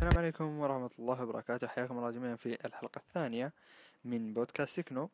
السلام عليكم ورحمة الله وبركاته. حياكم الله جميعا في الحلقة الثانية من بودكاست تكنو.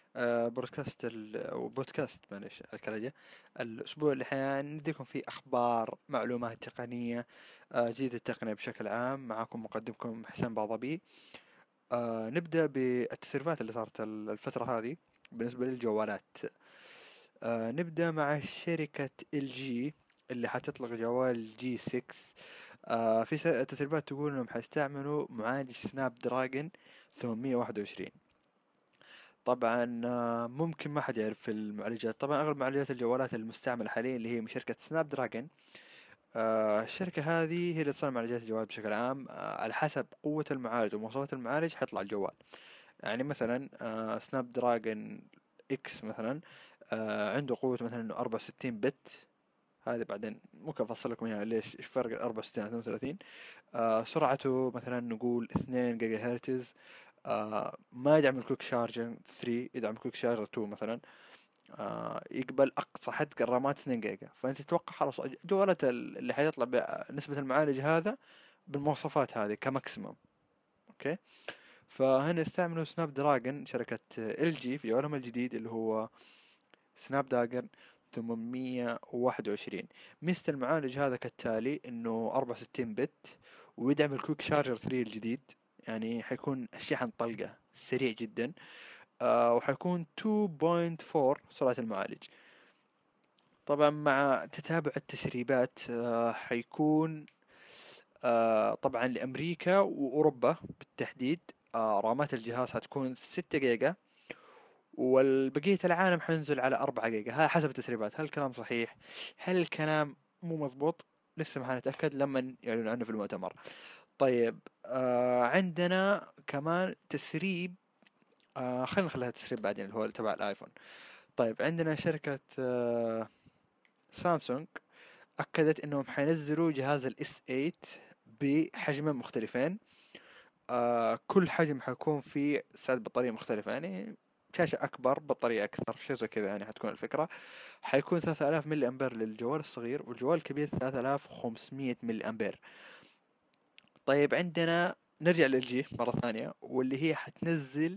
أو بودكاست معليش الكلجة. الأسبوع اللي حنديكم فيه أخبار معلومات تقنية جديدة التقنية بشكل عام. معكم مقدمكم حسين بعضبي. نبدأ بالتسريبات اللي صارت الفترة هذه بالنسبة للجوالات. نبدأ مع شركة ال جي اللي حتطلق جوال جي 6. في تسريبات تقول انهم حيستعملوا معالج سناب دراجون 821. طبعا ممكن ما حد يعرف المعالجات. طبعا اغلب معالجات الجوالات المستعملة حاليا اللي هي من شركة سناب دراجون. الشركة هذه هي اللي تصنع معالجات الجوال بشكل عام. على حسب قوة المعالج ومواصفات المعالج حيطلع الجوال. يعني مثلا سناب دراجون اكس مثلا عنده قوة مثلا انه 64 بت. هذه بعدين ممكن افصل لكم اياها ليش ايش فرق ال 64 عن 32. سرعته مثلا نقول 2 جيجا هرتز. ما يدعم الكويك شارجر 3، يدعم الكويك شارجر 2 مثلا. يقبل اقصى حد الرامات 2 جيجا. فانت تتوقع خلاص جوالات اللي حيطلع بنسبة المعالج هذا بالمواصفات هذه كماكسيموم. اوكي. فهنا استعملوا سناب دراجون شركة ال جي في جوالهم الجديد اللي هو سناب دراجون 821. ميزة المعالج هذا كالتالي انه 64 بت ويدعم الكويك شارجر 3 الجديد. يعني حيكون الشحن طلقة سريع جدا. وحيكون 2.4 سرعة المعالج. طبعا مع تتابع التسريبات حيكون طبعا لأمريكا وأوروبا بالتحديد. رامات الجهاز حتكون 6 جيجا والبقية العالم حينزل على 4 جيجا. هذا حسب التسريبات. هل الكلام صحيح؟ هل الكلام مو مضبوط؟ لسه ما حنتأكد لما يعلنوا عنه في المؤتمر. طيب عندنا كمان تسريب. خلينا نخليها تسريب بعدين اللي هو تبع الايفون. طيب عندنا شركة سامسونج أكدت إنهم حينزلوا جهاز الاس 8 بحجمين مختلفين. كل حجم حيكون فيه سعة بطارية مختلفة. يعني شاشة أكبر بطارية أكثر شيء زي كذا يعني حتكون الفكرة. حيكون 3000 ملي أمبير للجوال الصغير والجوال الكبير 3500 ملي أمبير. طيب عندنا نرجع لل جي مرة ثانية واللي هي حتنزل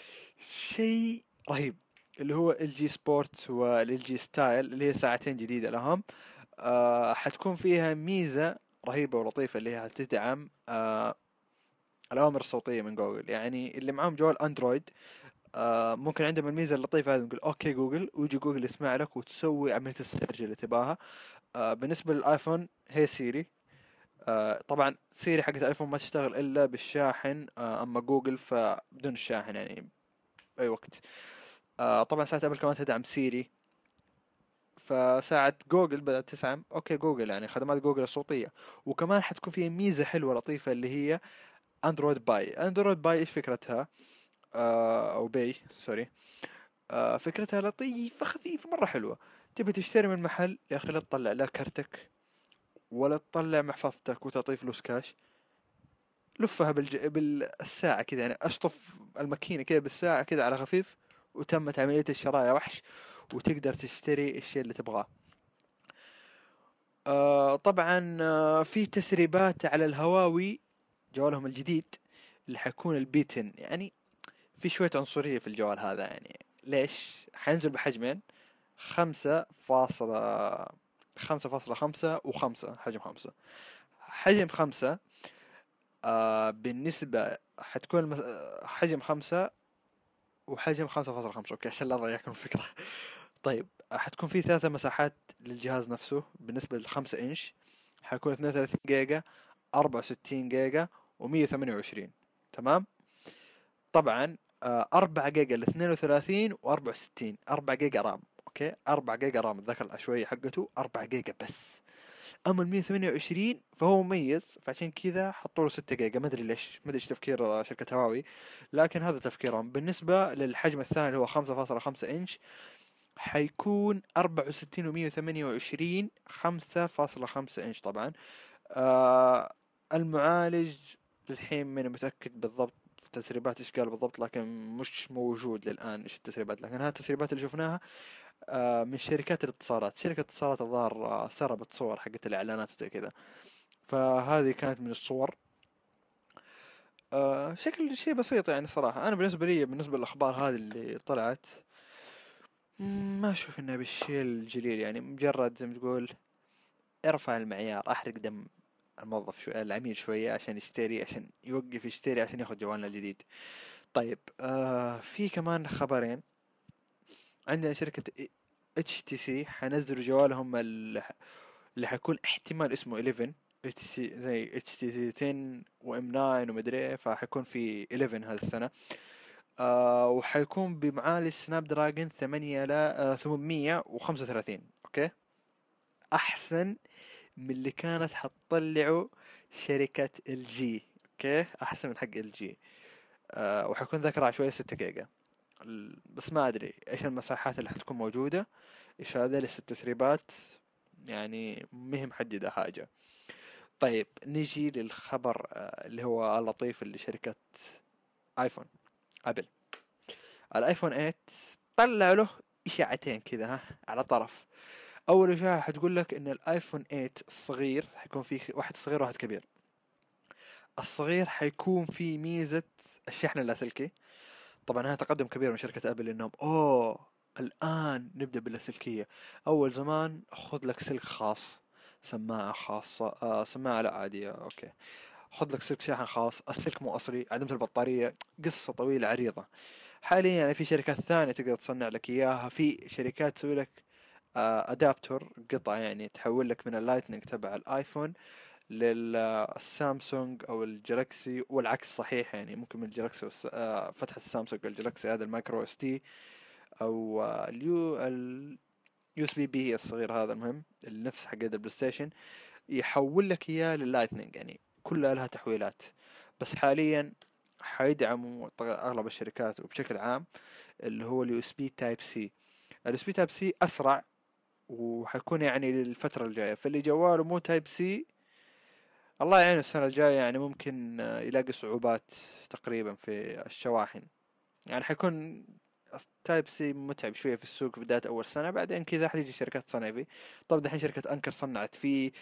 شيء رهيب اللي هو ال جي سبورت والال جي ستايل اللي هي ساعتين جديدة لهم. حتكون فيها ميزة رهيبة ولطيفة اللي هي حتدعم الأوامر الصوتية من جوجل. يعني اللي معاهم جوال أندرويد ممكن عندهم الميزة اللطيفة هذه نقول أوكي جوجل ويجي جوجل يسمع لك وتسوي عملية السيرج اللي تباها. بالنسبة للآيفون هي سيري. طبعا سيري حقت الآيفون ما تشتغل إلا بالشاحن. أما جوجل فبدون الشاحن يعني بأي وقت. طبعا ساعة أبل كمان تدعم سيري. فساعة جوجل بدأت تسعى اوكي جوجل يعني خدمات جوجل الصوتية. وكمان حتكون فيها ميزة حلوة لطيفة اللي هي اندرويد باي ايش فكرتها؟ او باي سوري. فكرتها لطيفة خفيفة مرة حلوة. تبي تشتري من محل يا اخي لا تطلع لا كرتك ولا تطلع محفظتك وتعطيه فلوس كاش. لفها بالساعة كذا يعني اشطف الماكينة كذا بالساعة كذا على خفيف وتمت عملية الشراء يا وحش. وتقدر تشتري الشيء اللي تبغاه. طبعا في تسريبات على الهواوي جوالهم الجديد اللي حيكون البيتن. يعني في شوية عنصرية في الجوال هذا. يعني ليش حينزل بحجمين 5.5 وخمسة حجم 5. حجم 5 بالنسبة حتكون حجم 5 وحجم 5.5 اوكي عشان لا اضيعكم الفكرة. طيب حتكون في 3 مساحات للجهاز نفسه. بالنسبة ل5 انش حيكون 32 جيجا 64 جيجا و128. تمام. طبعا 4 جيجا ل 32 و64 4 جيجا رام. اوكي 4 جيجا رام الذاكرة العشوائية حقته 4 جيجا بس. اما ال 128 فهو مميز فعشان كذا حطوا له 6 جيجا. ما ادري ليش ما ادري ايش تفكير شركة هواوي. لكن هذا تفكيرهم. بالنسبة للحجم الثاني اللي هو 5.5 انش حيكون 64 و 128 5.5 انش طبعا. آه المعالج للحين ماني متأكد بالضبط التسريبات ايش قال بالضبط. لكن مش موجود للآن ايش التسريبات. لكن هذه التسريبات اللي شفناها من شركات الاتصالات. شركة اتصالات الظاهر سربت صور حقت الإعلانات وزي كذا. فهذه كانت من الصور. شكل شيء بسيط يعني صراحة. أنا بالنسبة لي، بالنسبة للأخبار هذه اللي طلعت، ما أشوف إنها بالشيء الجليل، يعني مجرد زي ما تقول ارفع المعيار، أحرق دم الموظف شوي، العميل شوية عشان يشتري، عشان يوقف يشتري عشان ياخذ جوالنا الجديد. طيب في كمان خبرين. عندنا شركة اتش تي سي حينزلوا جوالهم اللي حيكون احتمال اسمه 11. اتش سي زي اتش تي سي 10 وام 9 ومدري ايه، فحيكون في 11 هذه السنة. وحيكون بمعالج سناب دراجون 8 لا 835. اوكي، احسن من اللي كانت حتطلعه شركة ال جي. اوكي، احسن من حق ال جي. وحيكون ذاكرة شوية 6 جيجا. بس ما ادري ايش المساحات اللي حتكون موجودة، ايش هذا التسريبات، يعني مهم محددة حاجة. طيب نيجي للخبر اللي هو اللطيف، اللي شركة ايفون، ابل. الايفون 8 طلع له اشاعتين كذا، ها، على طرف. اول اشاعة حتقول لك ان الايفون 8 الصغير حيكون فيه واحد صغير وواحد كبير. الصغير حيكون فيه ميزة الشحن اللاسلكي. طبعا هذا تقدم كبير من شركة ابل، انهم الان نبدأ باللاسلكية. اول زمان خذ لك سلك خاص، سماعة خاصة، سماعة لا عادية، اوكي، خذ لك سلك شاحن خاص، السلك مو اصلي، عدمت البطارية، قصة طويلة عريضة. حاليا يعني في شركات ثانية تقدر تصنع لك اياها، في شركات تسوي لك ادابتور، قطعة يعني تحول لك من اللايتنينج تبع الايفون للسامسونج او الجلاكسي، والعكس صحيح، يعني ممكن من الجلاكسي فتح السامسونج الجلاكسي هذا المايكرو اس تي، او اليو اس بي الصغير هذا، المهم نفس حق البلاي ستيشن، يحول لك اياه لللايتنينج، يعني كلها لها تحويلات. بس حاليا حيدعموا اغلب الشركات وبشكل عام اللي هو اليو اس بي تايب سي. اليو اس بي تايب سي اسرع، وحيكون يعني للفترة الجاية. فاللي جواله مو تايب سي، الله يعين السنة الجاية، يعني ممكن يلاقي صعوبات تقريبا في الشواحن. يعني حيكون تايب سي متعب شوية في السوق في بداية أول سنة، بعدين كذا حتيجي شركات تصنع فيه. طب دحين شركة أنكر صنعت فيه،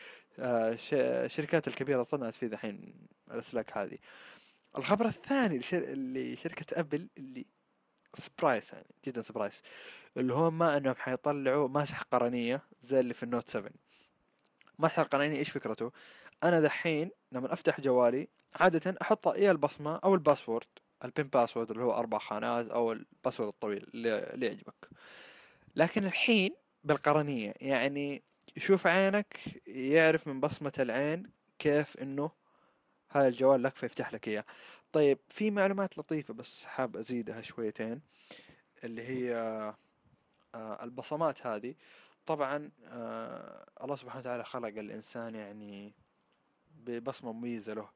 شركات الكبيرة صنعت فيه دحين الأسلاك هذه. الخبر الثاني اللي شركة أبل، اللي سبرايس يعني جدا سبرايس، اللي هو ما انهم حيطلعوا ماسح قرنية زي اللي في النوت 7. مسح القرنية ايش فكرته؟ انا دحين لما افتح جوالي عادة احط يا البصمة او الباسورد، البين باسورد اللي هو 4 خانات، او الباسورد الطويل اللي يعجبك. لكن الحين بالقرنية، يعني يشوف عينك، يعرف من بصمة العين كيف انه هذا الجوال لك، فيفتح لك اياه. طيب في معلومات لطيفة بس حاب ازيدها شويتين، اللي هي البصمات هذه. طبعا الله سبحانه وتعالى خلق الإنسان يعني ببصمة مميزة له.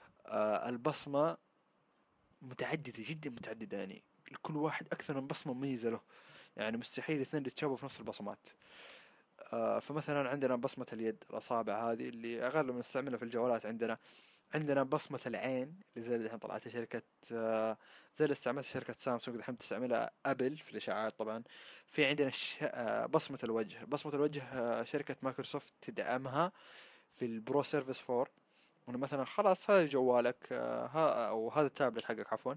البصمة متعددة جدا، متعددة، يعني كل واحد أكثر من بصمة مميزة له. يعني مستحيل اثنين يتشابهوا في نفس البصمات. فمثلا عندنا بصمة اليد، الأصابع هذه اللي أغلب نستعملها في الجوالات. عندنا بصمة العين اللي زي اللي الحين طلعت شركة، زي اللي استعملت شركة سامسونج الحين تستعملها أبل في الإشعاعات طبعا. في عندنا بصمة الوجه. بصمة الوجه شركة مايكروسوفت تدعمها في البرو سيرفيس 4. انه مثلا خلاص هذا جوالك، او هذا التابلت حقك عفوا،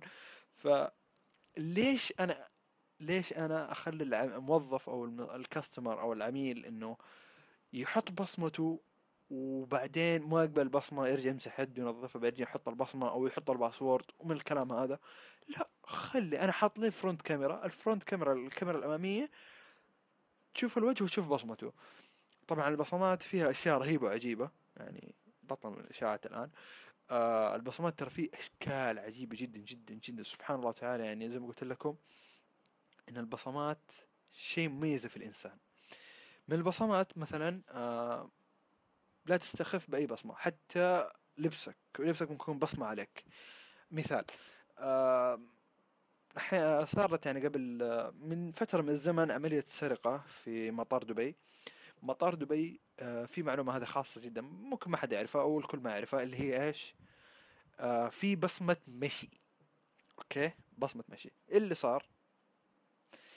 فليش انا ليش انا اخلي الموظف او الكاستمر او العميل انه يحط بصمته، وبعدين ما يقبل البصمة يرجع يمسح يده ينظفها، بعدين يحط البصمة او يحط الباسورد ومن الكلام هذا. لا، خلي انا حاط لي فرونت كاميرا، الفرونت كاميرا الكاميرا الامامية تشوف الوجه وتشوف بصمته. طبعا البصمات فيها اشياء رهيبة وعجيبة، يعني بطل الاشاعات الان. البصمات ترى فيه اشكال عجيبة جدا جدا جدا، سبحان الله تعالى. يعني زي ما قلت لكم ان البصمات شيء مميز في الانسان. من البصمات مثلا لا تستخف باي بصمة، حتى لبسك ممكن يكون بصمة عليك. مثال، آه صارت يعني قبل من فترة من الزمن عملية سرقة في مطار دبي. مطار دبي في معلومة هذه خاصة جدا، ممكن ما حد يعرفها او الكل ما يعرفها، اللي هي ايش؟ في بصمة مشي. اوكي، بصمة مشي. اللي صار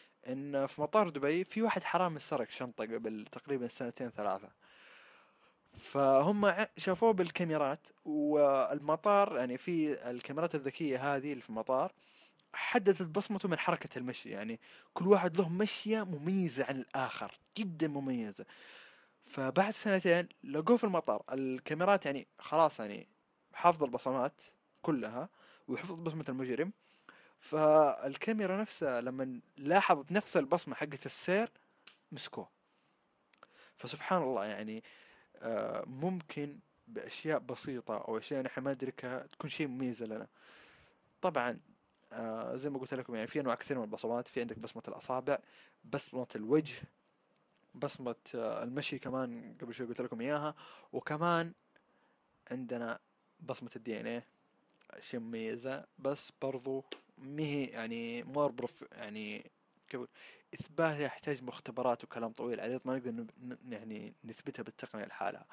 ان في مطار دبي في واحد حرامي سرق شنطة قبل تقريبا سنتين ثلاثة. فهم شافوه بالكاميرات، والمطار يعني في الكاميرات الذكية هذه اللي في المطار حددت بصمته من حركة المشي. يعني كل واحد له مشية مميزة عن الآخر، جدا مميزة. فبعد سنتين لقوه في المطار الكاميرات يعني خلاص يعني حافظ البصمات كلها، ويحفظ بصمة المجرم. فالكاميرا نفسها لما لاحظت نفس البصمة حقت السير مسكوه. فسبحان الله يعني ممكن بأشياء بسيطة أو أشياء نحن ما ندركها تكون شيء مميزة لنا. طبعا زي ما قلت لكم يعني في أنواع كثير من البصمات. في عندك بصمة الأصابع، بصمة الوجه، بصمة المشي كمان قبل شوي قلت لكم إياها. وكمان عندنا بصمة الدي ان ايه، شيء مميزة بس برضو مهي يعني مور بروف يعني كيف إثباتها يحتاج مختبرات وكلام طويل عريض، ما نقدر يعني نثبتها بالتقنية لحالها.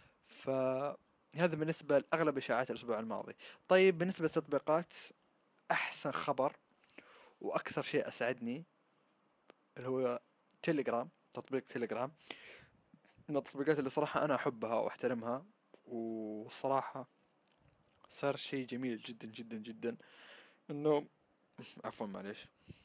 فهذا بالنسبة لأغلب إشاعات الأسبوع الماضي. طيب بالنسبة للتطبيقات، أحسن خبر وأكثر شيء أسعدني اللي هو تيليجرام. تطبيق تيليجرام من التطبيقات اللي صراحة أنا أحبها وأحترمها، وصراحة صار شيء جميل جدا جدا جدا إنه عفوا معليش،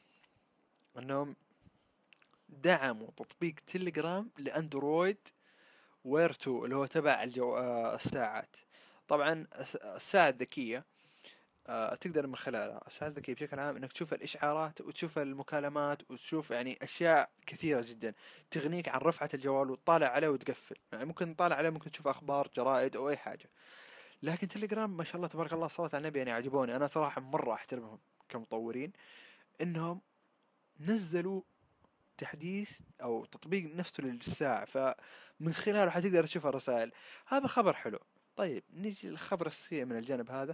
إنهم دعموا تطبيق تيليجرام لأندرويد وير 2 اللي هو تبع الساعات. طبعا الساعة الذكية تقدر من خلالها الساعة الذكية بشكل عام انك تشوف الاشعارات وتشوف المكالمات وتشوف يعني اشياء كثيرة جدا تغنيك عن رفعة الجوال وتطالع عليه وتقفل. يعني ممكن تطالع عليه، ممكن تشوف اخبار جرائد او اي حاجة. لكن تليجرام ما شاء الله تبارك الله صلاة على النبي يعني عجبوني، انا صراحة مرة احترمهم كمطورين انهم نزلوا تحديث او تطبيق نفسه للساعة، فمن خلاله حتقدر تشوف الرسائل. هذا خبر حلو. طيب نيجي للخبر السيء من الجانب هذا.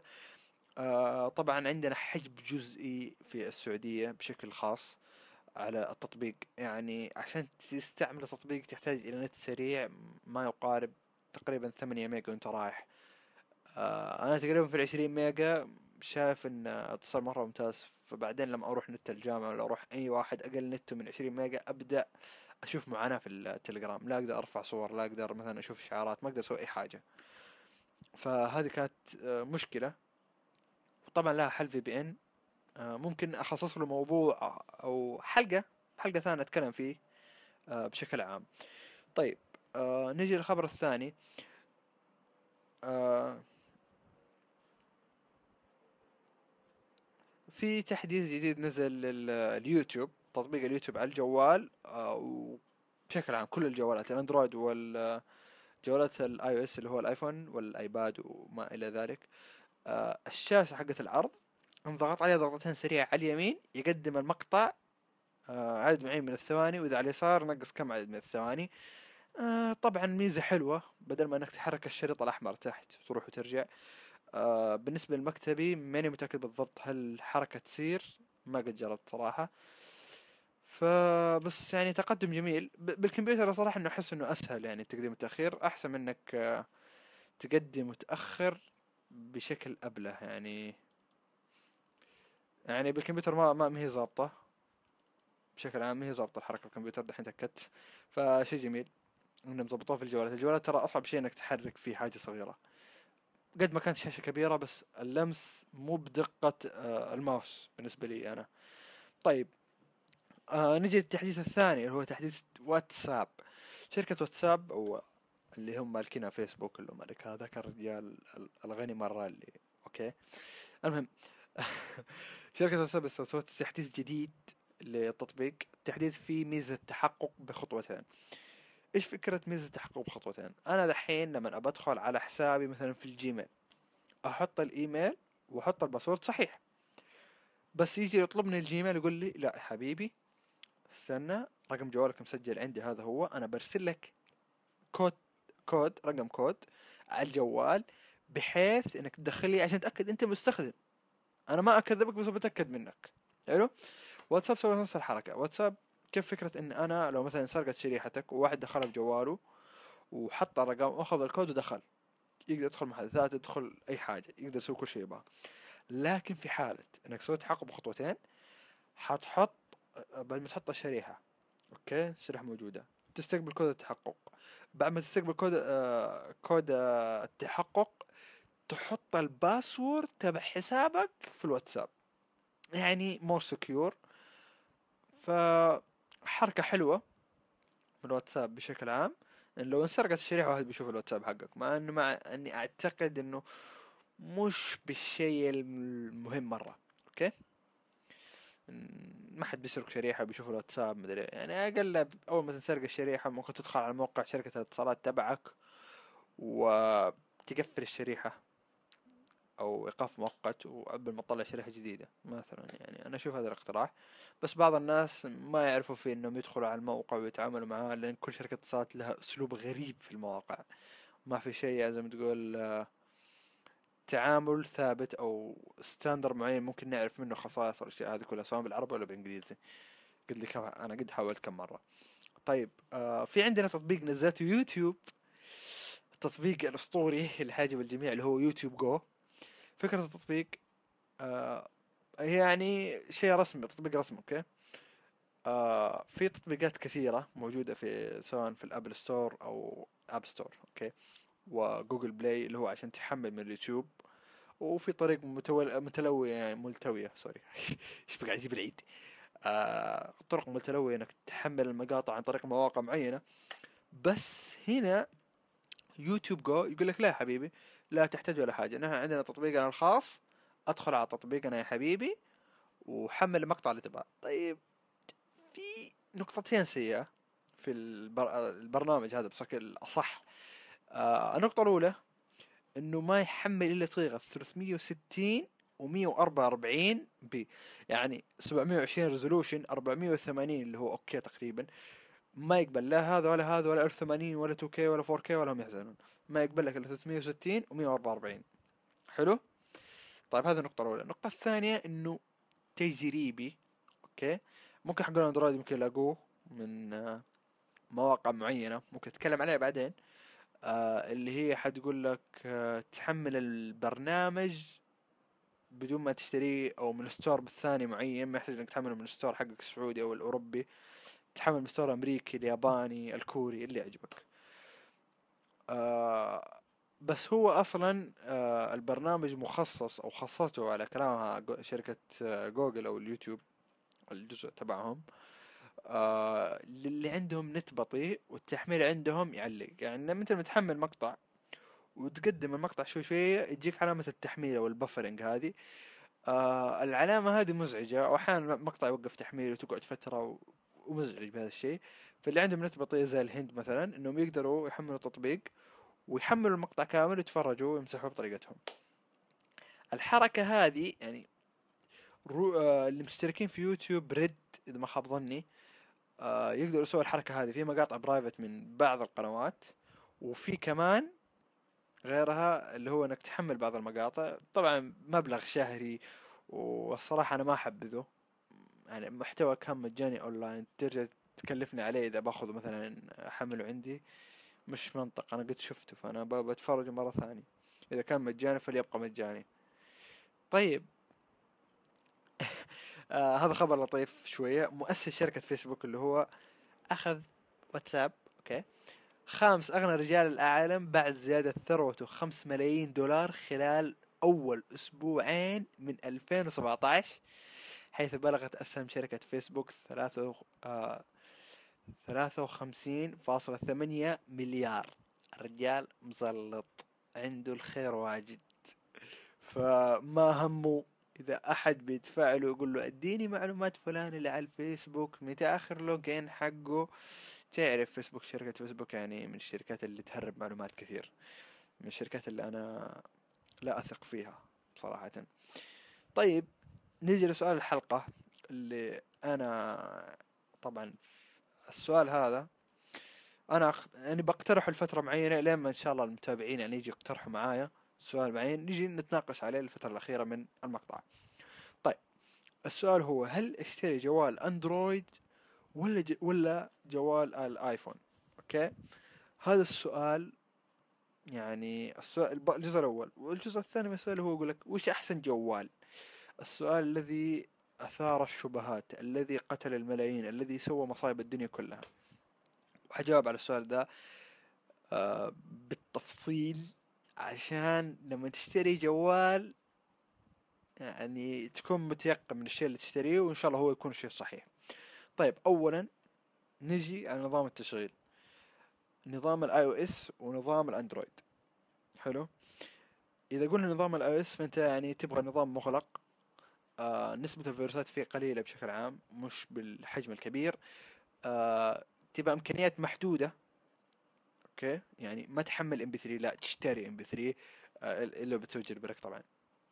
طبعا عندنا حجب جزئي في السعودية بشكل خاص على التطبيق. يعني عشان تستعمل التطبيق تحتاج إلى نت سريع ما يقارب تقريبا 8 ميجا وانت رايح. أنا تقريبا في 20 ميجا شايف ان اتصال مرة ممتاز. فبعدين لما اروح نت الجامعة ولا اروح اي واحد اقل نت من 20 ميجا ابدأ اشوف معاناة في التليجرام. لا اقدر ارفع صور، لا اقدر مثلا اشوف اشعارات، ما اقدر اسوي اي حاجة. فهذه كانت مشكلة. وطبعا لها حل في بي ان، ممكن اخصص له موضوع او حلقة ثانية اتكلم فيه بشكل عام. طيب نجي للخبر الثاني. آه، في تحديث جديد نزل لليوتيوب، تطبيق اليوتيوب على الجوال وبشكل عام كل الجوالات الاندرويد والجوالات الاي او اس اللي هو الايفون والايباد وما الى ذلك. الشاشة حقت العرض انضغط عليها ضغطتين سريعة على اليمين يقدم المقطع عدد معين من الثواني، واذا على اليسار نقص كم عدد من الثواني. طبعا ميزة حلوة بدل ما انك تحرك الشريط الاحمر تحت تروح وترجع. بالنسبة للمكتبي ماني متأكد بالضبط هل حركة تصير، ما قد جربت صراحة. فبس يعني تقدم جميل. بالكمبيوتر صراحة انه احس انه اسهل، يعني التقديم والتأخير احسن من انك تقدم وتأخر بشكل ابله يعني. يعني بالكمبيوتر ما هي ظابطة بشكل عام، ما هي ظابطة الحركة بالكمبيوتر دحين تأكدت. فشي جميل انهم ضبطوه في الجوالات. الجوالات ترى اصعب شيء انك تحرك فيه حاجة صغيرة، قد ما كانت شاشة كبيرة بس اللمس مو بدقة الماوس بالنسبة لي انا. طيب نجي للتحديث الثاني اللي هو تحديث واتساب. شركة واتساب او اللي هم مالكينها فيسبوك، اللي مالك هذاك الرجال الغني مرة اللي اوكي. المهم شركة واتساب سوت تحديث جديد للتطبيق. التحديث فيه ميزة تحقق بخطوتين. ايش فكرة ميزة التحقق بخطوتين؟ انا دحين لما ابى ادخل على حسابي مثلا في الجيميل احط الايميل واحط الباسورد صحيح، بس يجي يطلبني الجيميل يقول لي لا حبيبي استنى، رقم جوالك مسجل عندي هذا هو، انا برسل لك كود، رقم كود على الجوال بحيث انك تدخل لي عشان تاكد انت مستخدم. انا ما اكذبك بس بتاكد منك. حلو. واتساب سوى نفس الحركه. واتساب كيف فكرة ان انا لو مثلا سرقت شريحتك وواحد دخل بجواله وحط الرقم واخذ الكود ودخل، يقدر يدخل محادثات، يدخل اي حاجة، يقدر يسوي كل شيء يبغاه. لكن في حالة انك سويت تحقق بخطوتين، حتحط بعد ما تحط الشريحة، اوكي الشريحة موجودة، تستقبل كود التحقق. بعد ما تستقبل كود التحقق، تحط الباسورد تبع حسابك في الواتساب، يعني مور سكيور. فحركة حلوة من الواتساب بشكل عام، إن لو انسرقت الشريحة واحد بيشوف الواتساب حقك، مع اني اعتقد انه مش بالشيء المهم مرة. اوكي، ما حد بيسرق شريحة بيشوف الواتساب مدري يعني. اقل اول ما تنسرق الشريحة ممكن تدخل على موقع شركة الاتصالات تبعك وتقفل الشريحة او ايقاف مؤقت، وقبل ما تطلع شريحة جديدة مثلا. يعني انا اشوف هذا الاقتراح. بس بعض الناس ما يعرفوا فيه انهم يدخلوا على الموقع ويتعاملوا معاه، لان كل شركة اتصالات لها اسلوب غريب في المواقع. ما في شيء زي ما تقول تعامل ثابت او ستاندر معين ممكن نعرف منه خصائص والاشياء هذه كلها، سواء بالعربي ولا بالانجليزي. انا قد حاولت كم مرة. طيب في عندنا تطبيق نزلته يوتيوب، التطبيق الاسطوري اللي حاجب الجميع، اللي هو يوتيوب جو. فكرة التطبيق آه هي يعني شيء رسمي، تطبيق رسمي. اوكي، في تطبيقات كثيرة موجودة في، سواء في الابل ستور او اب ستور. اوكي، وجوجل بلاي اللي هو عشان تحمل من اليوتيوب. وفي طريق متلوية، يعني ملتوية، سوري. ايش بقى اجيب العيد. طرق متلوية انك تحمل المقاطع عن طريق مواقع معينة. بس هنا يوتيوب جو يقول لك لا يا حبيبي، لا تحتاج ولا حاجة، نحن عندنا تطبيقنا الخاص، ادخل على تطبيقنا يا حبيبي وحمل المقطع اللي تبغاه. طيب، في نقطتين سيئة في البرنامج هذا بشكل أصح. النقطة الأولى إنه ما يحمل إلا صيغة 360 و144 بي، يعني 720 ريزولوشن، 480 اللي هو أوكي تقريبا. ما يقبل لا هذا ولا هذا ولا 1080 ولا 2K ولا 4K ولا هم يحزنون. ما يقبل لك إلا 360 و144. حلو. طيب هذه النقطة الأولى. النقطة الثانية إنه تجريبي. اوكي، ممكن حق الاندرويد ممكن يلاقوه من مواقع معينة ممكن نتكلم عليها بعدين. اللي هي حتقول لك تحمل البرنامج بدون ما تشتريه، او من ستور ثاني معين، ما يحتاج انك تحمله من ستور حقك السعودي او الاوروبي. تحمل من ستور امريكي، الياباني، الكوري، اللي يعجبك. بس هو اصلا البرنامج مخصص، او خصصته على كلامها شركة جوجل او اليوتيوب، الجزء تبعهم، للي عندهم نت بطيء والتحميل عندهم يعلق. يعني لما انت متحمل مقطع وتقدم المقطع شوي شوية، يجيك علامة التحميل او البفرنج هذه. العلامة هذه مزعجة، واحيانا المقطع يوقف تحميل وتقعد فترة ومزعج بهذا الشيء. فاللي عندهم نت بطيء زي الهند مثلا، انهم يقدروا يحملوا تطبيق ويحملوا المقطع كامل ويتفرجوا ويمسحوه بطريقتهم. الحركة هذه يعني اللي مشتركين في يوتيوب ريد اذا ما خاب ظني، يقدر يسوي الحركة هذه في مقاطع برايفت من بعض القنوات. وفي كمان غيرها اللي هو انك تحمل بعض المقاطع، طبعا مبلغ شهري، والصراحة انا ما احبذه. يعني محتوى كان مجاني اونلاين، ترجع تكلفني عليه اذا باخذه مثلا احمله عندي، مش منطق. انا قد شفته، فانا بتفرج مرة ثانية. اذا كان مجاني فليبقى مجاني. طيب، هذا خبر لطيف شوية. مؤسس شركة فيسبوك اللي هو اخذ واتساب، اوكي، خامس أغنى رجال العالم بعد زيادة ثروته 5 ملايين دولار خلال أول أسبوعين من 2017، حيث بلغت أسهم شركة فيسبوك 53.8 مليار. الرجال مزلط، عنده الخير واجد. فما همه إذا أحد بيدفع له يقول له اديني معلومات فلان اللي على الفيسبوك، متى آخر لوجين حقه. تعرف فيسبوك، شركة فيسبوك يعني من الشركات اللي تهرب معلومات كثير، من الشركات اللي أنا لا أثق فيها بصراحة. طيب، نيجي لسؤال الحلقة اللي أنا طبعا السؤال هذا أنا يعني بقترحه لفترة معينة، لما إن شاء الله المتابعين يعني يجي يقترحوا معايا سؤال معين نيجي نتناقش عليه الفترة الأخيرة من المقطع. طيب، السؤال هو هل اشتري جوال أندرويد ولا جوال الآيفون؟ أوكي، هذا السؤال يعني السؤال الجزء الأول. والجزء الثاني من السؤال هو يقول لك وش أحسن جوال. السؤال الذي أثار الشبهات، الذي قتل الملايين، الذي سوى مصايب الدنيا كلها. وحجاوب على السؤال ده بالتفصيل، عشان لما تشتري جوال يعني تكون متيقن من الشيء اللي تشتريه، وإن شاء الله هو يكون الشيء الصحيح. طيب أولا نجي على نظام التشغيل، نظام الاي او اس ونظام الاندرويد. حلو. اذا قلنا نظام الاي او اس فانت يعني تبغى نظام مغلق، نسبة الفيروسات فيه قليلة بشكل عام، مش بالحجم الكبير. تبقى امكانيات محدودة. اوكي، يعني ما تحمل ام بي 3، لا تشتري ام بي 3 الا بتسوي جيل بريك طبعا.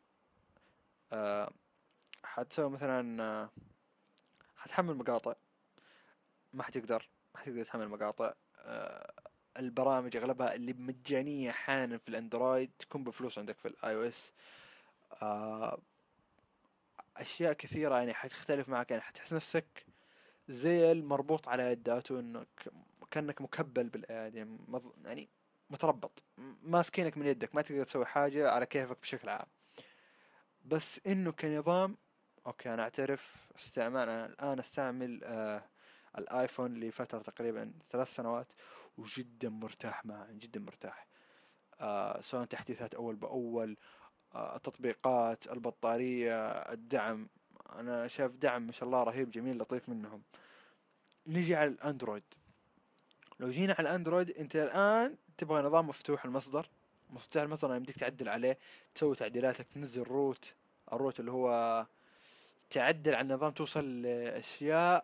آه حتسوي مثلا حتحمل مقاطع، ما حتقدر تحمل مقاطع. آه البرامج اغلبها اللي مجانية احيانا في الاندرويد تكون بفلوس عندك في الاي او اس. آه اشياء كثيرة يعني حتختلف معك، يعني حتحس نفسك زي المربوط على يداته، انك كأنك مكبل بالايادي، يعني يعني متربط، ماسكينك من يدك، ما تقدر تسوي حاجة على كيفك بشكل عام. بس انه كنظام، اوكي انا اعترف استعمال، انا الان استعمل الايفون لفترة تقريبا 3 سنوات، وجدا مرتاح معه، جدا مرتاح. سواء تحديثات اول باول، التطبيقات، البطارية، الدعم. انا شايف دعم ما شاء الله رهيب، جميل لطيف منهم. نجي على الاندرويد. لو جينا على الاندرويد، انت الان تبغى نظام مفتوح المصدر. مفتوح المصدر يعني يمديك تعدل عليه، تسوي تعديلاتك، تنزل روت. الروت اللي هو تعدل على النظام، توصل لاشياء.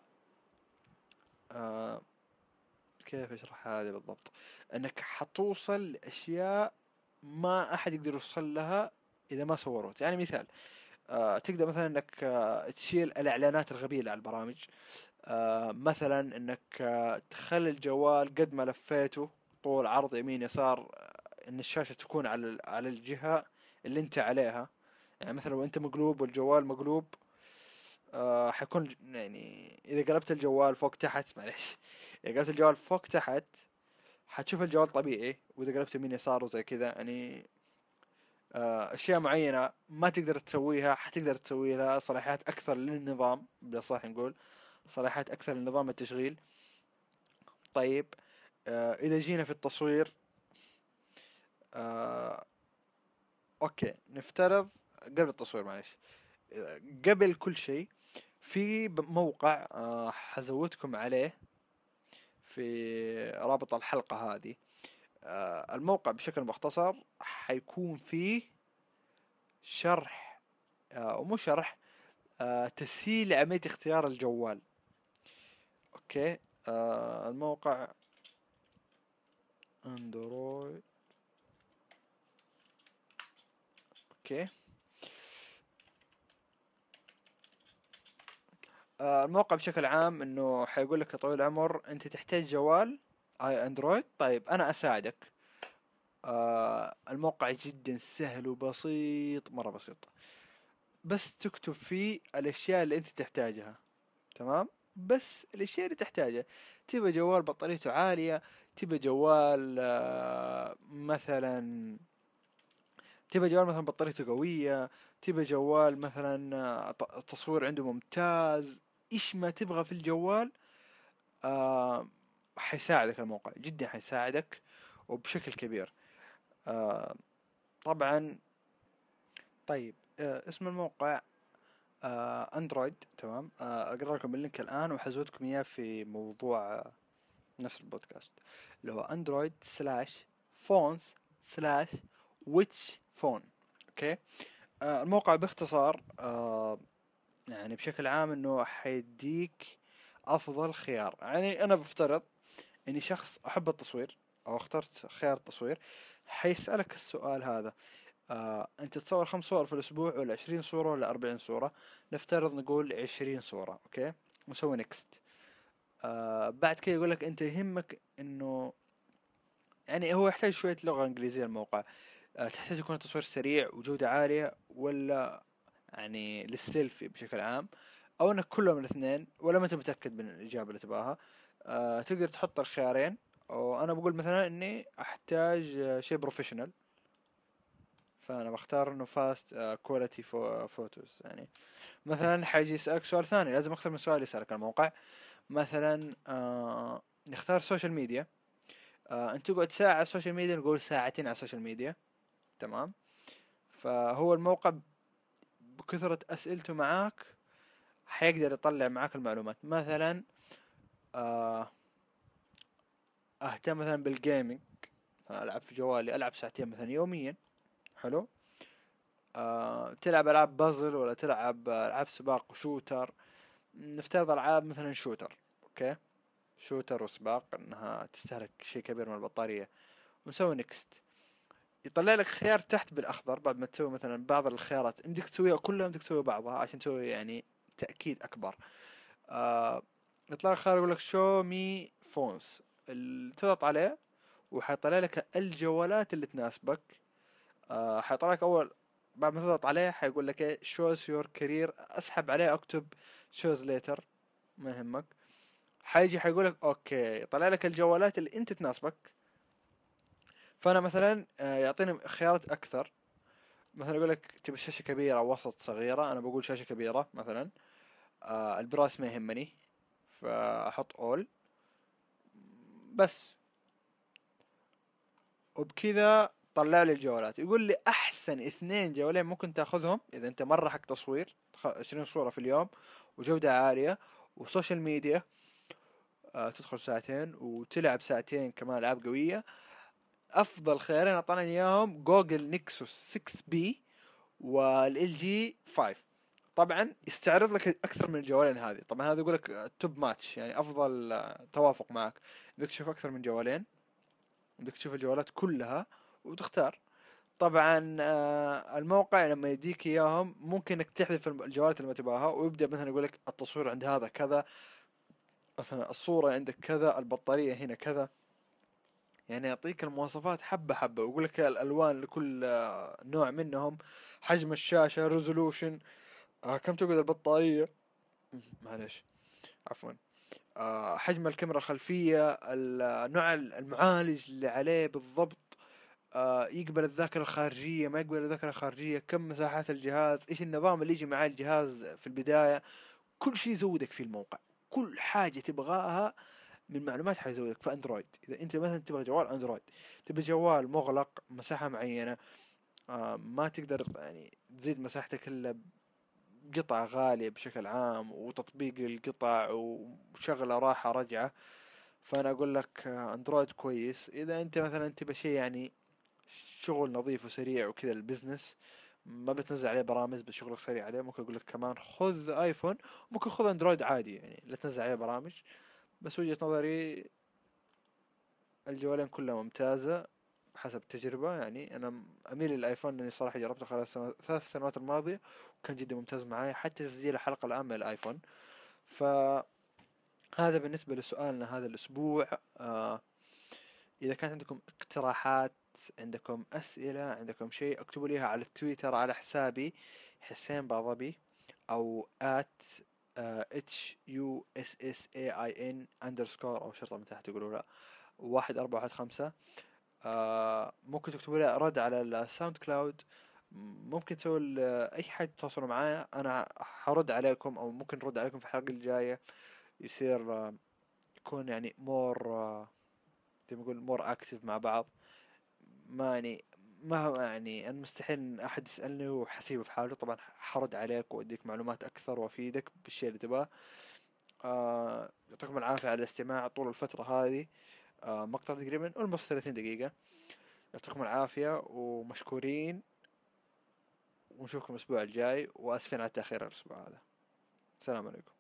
آه كيف اشرح هذا بالضبط؟ انك حتوصل لاشياء ما احد يقدر يوصل لها اذا ما سوى روت. يعني مثال، تقدر مثلا انك تشيل الاعلانات الغبية اللي على البرامج. مثلا انك تخلي الجوال قد ما لفيته طول عرض يمين يسار، ان الشاشة تكون على الجهة اللي انت عليها. يعني مثلا لو انت مقلوب والجوال مقلوب، حيكون يعني اذا قلبت الجوال فوق تحت، معلش، اذا قلبت الجوال فوق تحت حتشوف الجوال طبيعي، واذا قلبت يمين يسار وزي كذا يعني. اشياء معينة ما تقدر تسويها حتقدر تسوي لها صلاحيات اكثر للنظام، بصح نقول صلاحيات اكثر لنظام التشغيل. طيب، اذا جينا في التصوير، آه اوكي نفترض قبل التصوير، معلش، قبل كل شيء، في موقع حزودكم عليه في رابط الحلقة هذه. الموقع بشكل مختصر حيكون فيه شرح، ومو شرح، تسهيل عملية اختيار الجوال. اوكي. الموقع اندرويد. اوكي. الموقع بشكل عام انه حيقول لك يا طويل العمر انت تحتاج جوال اي اندرويد. طيب انا اساعدك. الموقع جدا سهل وبسيط، مرة بسيط. بس تكتب فيه الاشياء اللي انت تحتاجها. تمام. بس الاشياء اللي تحتاجها، تبى جوال بطاريته عالية، تبى جوال مثلا، تبى جوال مثلا بطاريته قوية، تبى جوال مثلا التصوير عنده ممتاز. ايش ما تبغى في الجوال، آه حيساعدك الموقع، جدا حيساعدك وبشكل كبير. آه طبعا. طيب، اسم الموقع اندرويد. تمام. اقرا لكم اللينك الان وحزودكم اياه في موضوع نفس البودكاست، اللي هو اندرويد سلاش فونز سلاش ويتش فون. اوكي. الموقع باختصار يعني بشكل عام انه حيديك افضل خيار. يعني انا بفترض اني شخص احب التصوير، او اخترت خيار التصوير، حيسألك السؤال هذا: انت تصور 5 صور في الاسبوع، ولا 20 صورة، ولا 40 صورة؟ نفترض نقول 20 صورة. اوكي. نسوي نكست. بعد كده يقول لك انت يهمك انه، يعني هو يحتاج شوية لغة انجليزية الموقع. تحتاج يكون التصوير سريع وجودة عالية، ولا يعني للسيلفي بشكل عام، او انك كلهم الاثنين، ولا ما انت متأكد من الاجابة اللي تبغاها. تقدر تحط الخيارين. وانا بقول مثلا اني احتاج شيء بروفيشنال، فانا بختار انه فاست كواليتي فوتوز. يعني مثلا حيجي يسألك سؤال ثاني، لازم اكثر من سؤال يسألك الموقع. مثلا نختار السوشيال ميديا. انت تقعد ساعة على السوشيال ميديا، نقول ساعتين على السوشيال ميديا. تمام. فهو الموقع بكثرة اسئلته معاك حيقدر يطلع معاك المعلومات. مثلا آه اهتم مثلا بالجيمنج، العب في جوالي، العب ساعتين مثلا يوميا. حلو. تلعب العاب بازل ولا تلعب العاب سباق وشوتر. نفترض العاب مثلا شوتر. اوكي. شوتر وسباق انها تستهلك شيء كبير من البطارية، ونسوي نكست. يطلع لك خيار تحت بالاخضر بعد ما تسوي مثلا بعض الخيارات بدك تسويها كلها، بدك تسوي بعضها عشان تسوي يعني تأكيد اكبر. آه يطلع لك خيار يقول لك شو مي فونز، تضغط عليه وحيطلع لك الجوالات اللي تناسبك. حيطلع لك اول، بعد ما تضغط عليه حيقول لك ايه شوز يور كارير، اسحب عليه اكتب شوز ليتر، ما يهمك. حيجي حيقول لك اوكي، يطلع لك الجوالات اللي انت تناسبك. فانا مثلا يعطيني خيارات اكثر. مثلا يقول لك تبي الشاشة كبيرة وسط صغيرة، انا بقول شاشة كبيرة مثلا. البرايس ما يهمني، فاحط اول بس. وبكذا طلع لي الجوالات. يقول لي احسن اثنين جوالين ممكن تاخذهم اذا انت مرة حق تصوير 20 صورة في اليوم وجودة عالية وسوشيال ميديا. تدخل ساعتين وتلعب ساعتين كمان العاب قوية. افضل خيارين اعطاني اياهم جوجل نيكسوس 6 بي والال جي 5. طبعا يستعرض لك اكثر من الجوالين هذه. طبعا هذا يقول لك توب ماتش، يعني افضل توافق معك. بدك تشوف اكثر من جوالين، بدك تشوف الجوالات كلها وتختار. طبعا الموقع لما يديك اياهم ممكن انك تحذف الجوالات اللي ما تبغاها، ويبدا مثلا يقول لك التصوير عند هذا كذا، مثلا الصورة عندك كذا، البطارية هنا كذا. يعني يعطيك المواصفات حبة حبة، ويقول لك الالوان لكل نوع منهم، حجم الشاشة، ريزولوشن، كم تقعد البطارية، معلش عفوا، حجم الكاميرا الخلفية، نوع المعالج اللي عليه بالضبط، يقبل الذاكرة الخارجية ما يقبل الذاكرة الخارجية، كم مساحات الجهاز، ايش النظام اللي يجي مع الجهاز في البداية. كل شيء يزودك في الموقع، كل حاجة تبغاها من معلومات حيزودك في اندرويد. اذا انت مثلا تبغى جوال اندرويد، تبغى جوال مغلق مساحة معينة، ما تقدر يعني تزيد مساحتك الا قطع غالية بشكل عام، وتطبيق للقطع وشغلة راحة رجعة، فأنا أقول لك أندرويد كويس. إذا أنت مثلا تبى شيء يعني شغل نظيف وسريع وكذا البزنس، ما بتنزل عليه برامج بس شغلك سريع عليه، ممكن أقول لك كمان خذ آيفون. ممكن خذ أندرويد عادي يعني لا تنزل عليه برامج. بس وجهة نظري الجوالين كلها ممتازة حسب تجربة. يعني أنا أميل للآيفون لأني صراحة جربته خلال 3 سنوات الماضية وكان جدا ممتاز معايا، حتى تسجيل الحلقة الآن من الآيفون. فهذا بالنسبة لسؤالنا هذا الأسبوع. إذا كانت عندكم اقتراحات، عندكم أسئلة، عندكم شيء، اكتبوا ليها على التويتر على حسابي حسين بعضبي، أو HUSSAIN_ أو شرطة من تحت تقولوا لا 1415. ممكن تكتبوا لي رد على الساوند كلاود. ممكن تسوي اي حاجة تتواصلوا معايا، انا حرد عليكم او ممكن نرد عليكم في الحلقة الجاية. يصير يكون يعني مور، زي ما نقول مور اكتف مع بعض. ما يعني ما يعني انا مستحيل ان احد يسألني وحسيبه في حاله. طبعا حرد عليك واديك معلومات اكثر وافيدك بالشيء اللي تبغاه. يعطيكم العافية على الاستماع طول الفترة هذه. مقطع تقريبا almost 30 دقيقة. يعطيكم العافية ومشكورين، ونشوفكم الأسبوع الجاي، وآسفين على تأخير الأسبوع هذا. السلام عليكم.